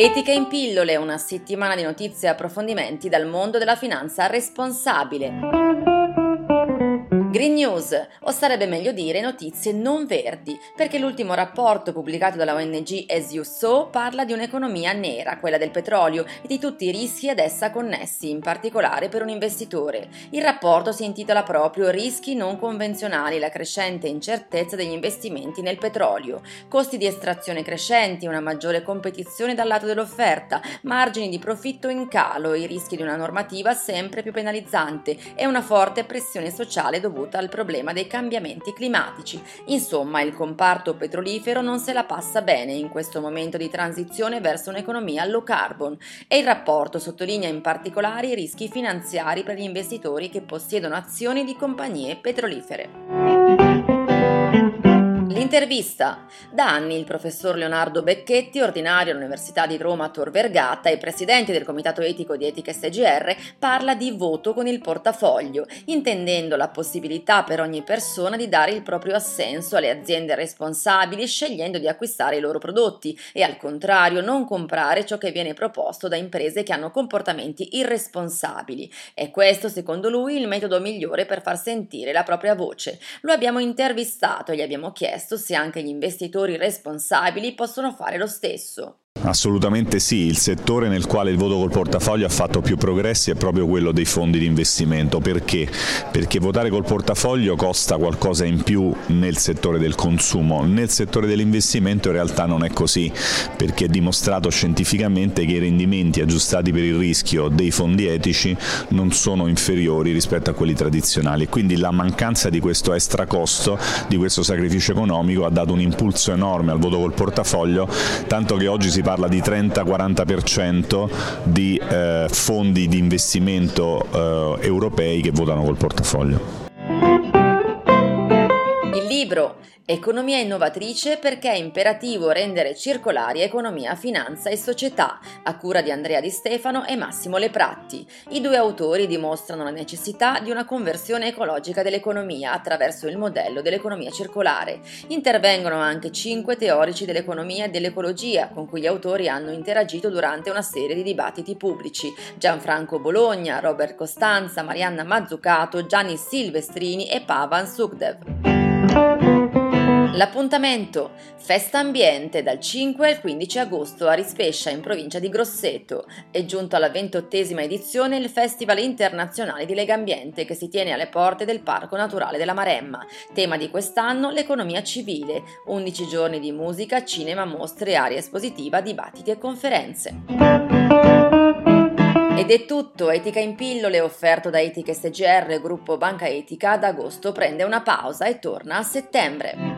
Etica in pillole, una settimana di notizie e approfondimenti dal mondo della finanza responsabile. Green News, o sarebbe meglio dire notizie non verdi, perché l'ultimo rapporto pubblicato dalla ONG As You Sow parla di un'economia nera, quella del petrolio, e di tutti i rischi ad essa connessi, in particolare per un investitore. Il rapporto si intitola proprio Rischi non convenzionali, la crescente incertezza degli investimenti nel petrolio. Costi di estrazione crescenti, una maggiore competizione dal lato dell'offerta, margini di profitto in calo, i rischi di una normativa sempre più penalizzante e una forte pressione sociale dovuta al problema dei cambiamenti climatici. Insomma, il comparto petrolifero non se la passa bene in questo momento di transizione verso un'economia low carbon, e il rapporto sottolinea in particolare i rischi finanziari per gli investitori che possiedono azioni di compagnie petrolifere. L'intervista. Da anni il professor Leonardo Becchetti, ordinario all'Università di Roma Tor Vergata e presidente del Comitato Etico di Etica SGR, parla di voto con il portafoglio, intendendo la possibilità per ogni persona di dare il proprio assenso alle aziende responsabili, scegliendo di acquistare i loro prodotti e, al contrario, non comprare ciò che viene proposto da imprese che hanno comportamenti irresponsabili. È questo, secondo lui, il metodo migliore per far sentire la propria voce. Lo abbiamo intervistato e gli abbiamo chiesto se anche gli investitori responsabili possono fare lo stesso. Assolutamente sì, il settore nel quale il voto col portafoglio ha fatto più progressi è proprio quello dei fondi di investimento. Perché? Perché votare col portafoglio costa qualcosa in più nel settore del consumo, nel settore dell'investimento in realtà non è così, perché è dimostrato scientificamente che i rendimenti aggiustati per il rischio dei fondi etici non sono inferiori rispetto a quelli tradizionali, quindi la mancanza di questo extra costo, di questo sacrificio economico ha dato un impulso enorme al voto col portafoglio, tanto che oggi si parla di 30-40% di fondi di investimento europei che votano col portafoglio. Il libro Economia innovatrice, perché è imperativo rendere circolari economia, finanza e società, a cura di Andrea Di Stefano e Massimo Lepratti. I due autori dimostrano la necessità di una conversione ecologica dell'economia attraverso il modello dell'economia circolare. Intervengono anche 5 teorici dell'economia e dell'ecologia con cui gli autori hanno interagito durante una serie di dibattiti pubblici: Gianfranco Bologna, Robert Costanza, Marianna Mazzucato, Gianni Silvestrini e Pavan Sukhdev. L'appuntamento: Festa Ambiente dal 5 al 15 agosto a Rispescia in provincia di Grosseto. È giunto alla 28ª edizione il Festival Internazionale di Legambiente che si tiene alle porte del Parco Naturale della Maremma. Tema di quest'anno: l'economia civile. 11 giorni di musica, cinema, mostre, area espositiva, dibattiti e conferenze. Ed è tutto. Etica in pillole, offerto da Etica SGR, gruppo Banca Etica, ad agosto prende una pausa e torna a settembre.